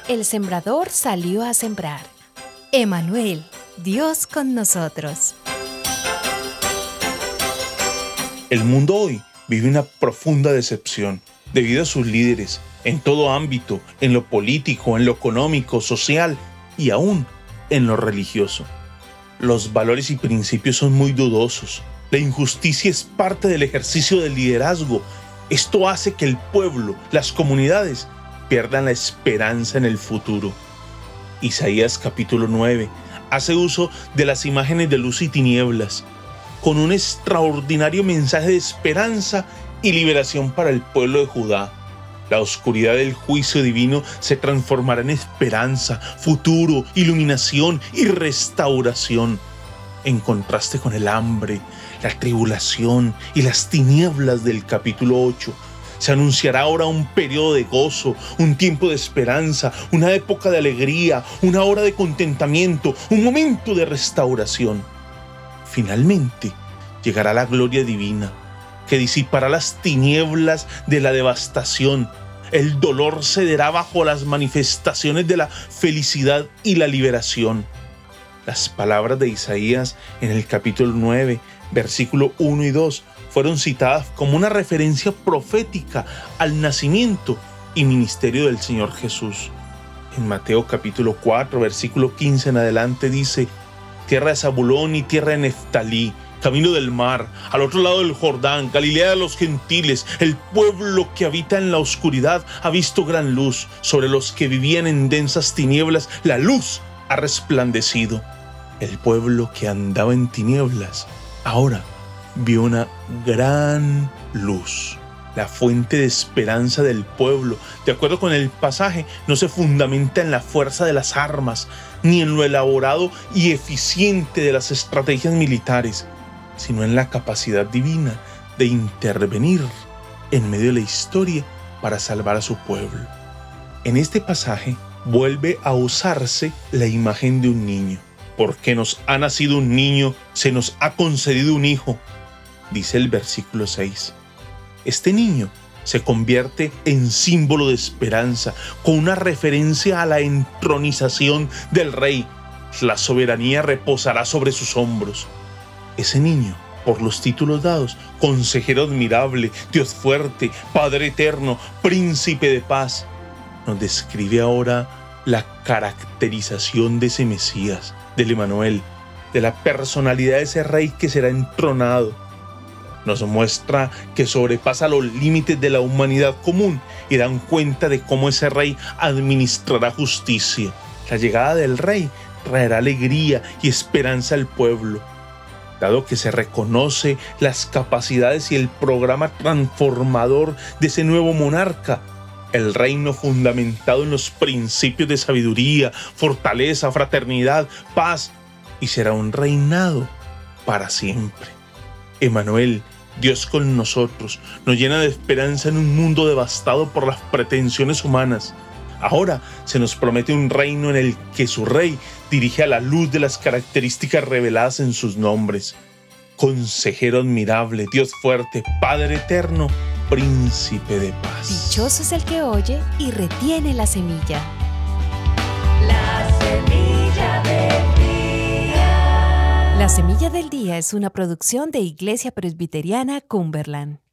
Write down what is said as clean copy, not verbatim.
El sembrador salió a sembrar. Emmanuel, Dios con nosotros. El mundo hoy vive una profunda decepción debido a sus líderes en todo ámbito, en lo político, en lo económico, social y aún en lo religioso. Los valores y principios son muy dudosos. La injusticia es parte del ejercicio del liderazgo. Esto hace que el pueblo, las comunidades, pierdan la esperanza en el futuro. Isaías capítulo 9 hace uso de las imágenes de luz y tinieblas, con un extraordinario mensaje de esperanza y liberación para el pueblo de Judá. La oscuridad del juicio divino se transformará en esperanza, futuro, iluminación y restauración. En contraste con el hambre, la tribulación y las tinieblas del capítulo 8, se anunciará ahora un periodo de gozo, un tiempo de esperanza, una época de alegría, una hora de contentamiento, un momento de restauración. Finalmente, llegará la gloria divina, que disipará las tinieblas de la devastación. El dolor cederá bajo las manifestaciones de la felicidad y la liberación. Las palabras de Isaías en el capítulo 9, versículo 1 y 2, fueron citadas como una referencia profética al nacimiento y ministerio del Señor Jesús. En Mateo capítulo 4, versículo 15 en adelante dice: tierra de Zabulón y tierra de Neftalí, camino del mar, al otro lado del Jordán, Galilea de los gentiles, el pueblo que habita en la oscuridad ha visto gran luz. Sobre los que vivían en densas tinieblas, la luz ha resplandecido. El pueblo que andaba en tinieblas, ahora vio una gran luz. La fuente de esperanza del pueblo, de acuerdo con el pasaje, no se fundamenta en la fuerza de las armas, ni en lo elaborado y eficiente de las estrategias militares, sino en la capacidad divina de intervenir en medio de la historia para salvar a su pueblo. En este pasaje vuelve a usarse la imagen de un niño. Porque nos ha nacido un niño, se nos ha concedido un hijo, dice el versículo 6. Este niño se convierte en símbolo de esperanza, con una referencia a la entronización del rey. La soberanía reposará sobre sus hombros. Ese niño, por los títulos dados: Consejero admirable, Dios fuerte, Padre eterno, Príncipe de paz, nos describe ahora la caracterización de ese Mesías, del Emmanuel, de la personalidad de ese rey que será entronado. Nos muestra que sobrepasa los límites de la humanidad común y dan cuenta de cómo ese rey administrará justicia. La llegada del rey traerá alegría y esperanza al pueblo, dado que se reconoce las capacidades y el programa transformador de ese nuevo monarca. El reino fundamentado en los principios de sabiduría, fortaleza, fraternidad, paz, y será un reinado para siempre. Emmanuel, Dios con nosotros, nos llena de esperanza en un mundo devastado por las pretensiones humanas. Ahora se nos promete un reino en el que su rey dirige a la luz de las características reveladas en sus nombres. Consejero admirable, Dios fuerte, Padre eterno, Príncipe de paz. Dichoso es el que oye y retiene la semilla. La semilla del día. La Semilla del Día es una producción de Iglesia Presbiteriana Cumberland.